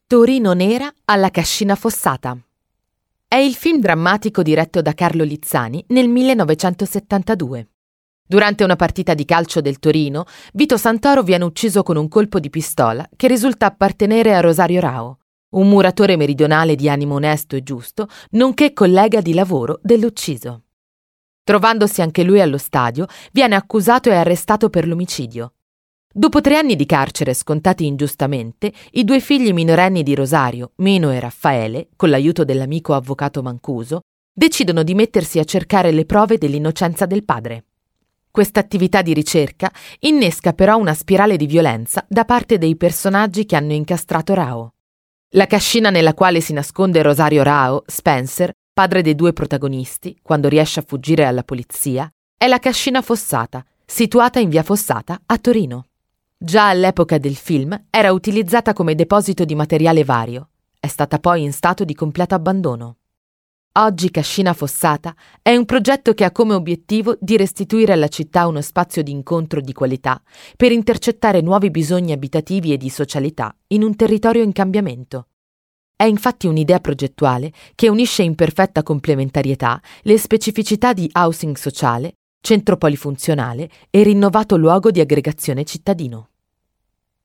Torino nera alla cascina fossata. È il film drammatico diretto da Carlo Lizzani nel 1972. Durante una partita di calcio del Torino, Vito Santoro viene ucciso con un colpo di pistola che risulta appartenere a Rosario Rao, un muratore meridionale di animo onesto e giusto, nonché collega di lavoro dell'ucciso. Trovandosi anche lui allo stadio, viene accusato e arrestato per l'omicidio. Dopo 3 anni di carcere scontati ingiustamente, i 2 figli minorenni di Rosario, Mino e Raffaele, con l'aiuto dell'amico avvocato Mancuso, decidono di mettersi a cercare le prove dell'innocenza del padre. Questa attività di ricerca innesca però una spirale di violenza da parte dei personaggi che hanno incastrato Rao. La cascina nella quale si nasconde Rosario Rao, Spencer, padre dei 2 protagonisti, quando riesce a fuggire alla polizia, è la cascina fossata, situata in via Fossata a Torino. Già all'epoca del film era utilizzata come deposito di materiale vario. È stata poi in stato di completo abbandono. Oggi Cascina Fossata è un progetto che ha come obiettivo di restituire alla città uno spazio di incontro di qualità per intercettare nuovi bisogni abitativi e di socialità in un territorio in cambiamento. È infatti un'idea progettuale che unisce in perfetta complementarietà le specificità di housing sociale, centro polifunzionale e rinnovato luogo di aggregazione cittadino.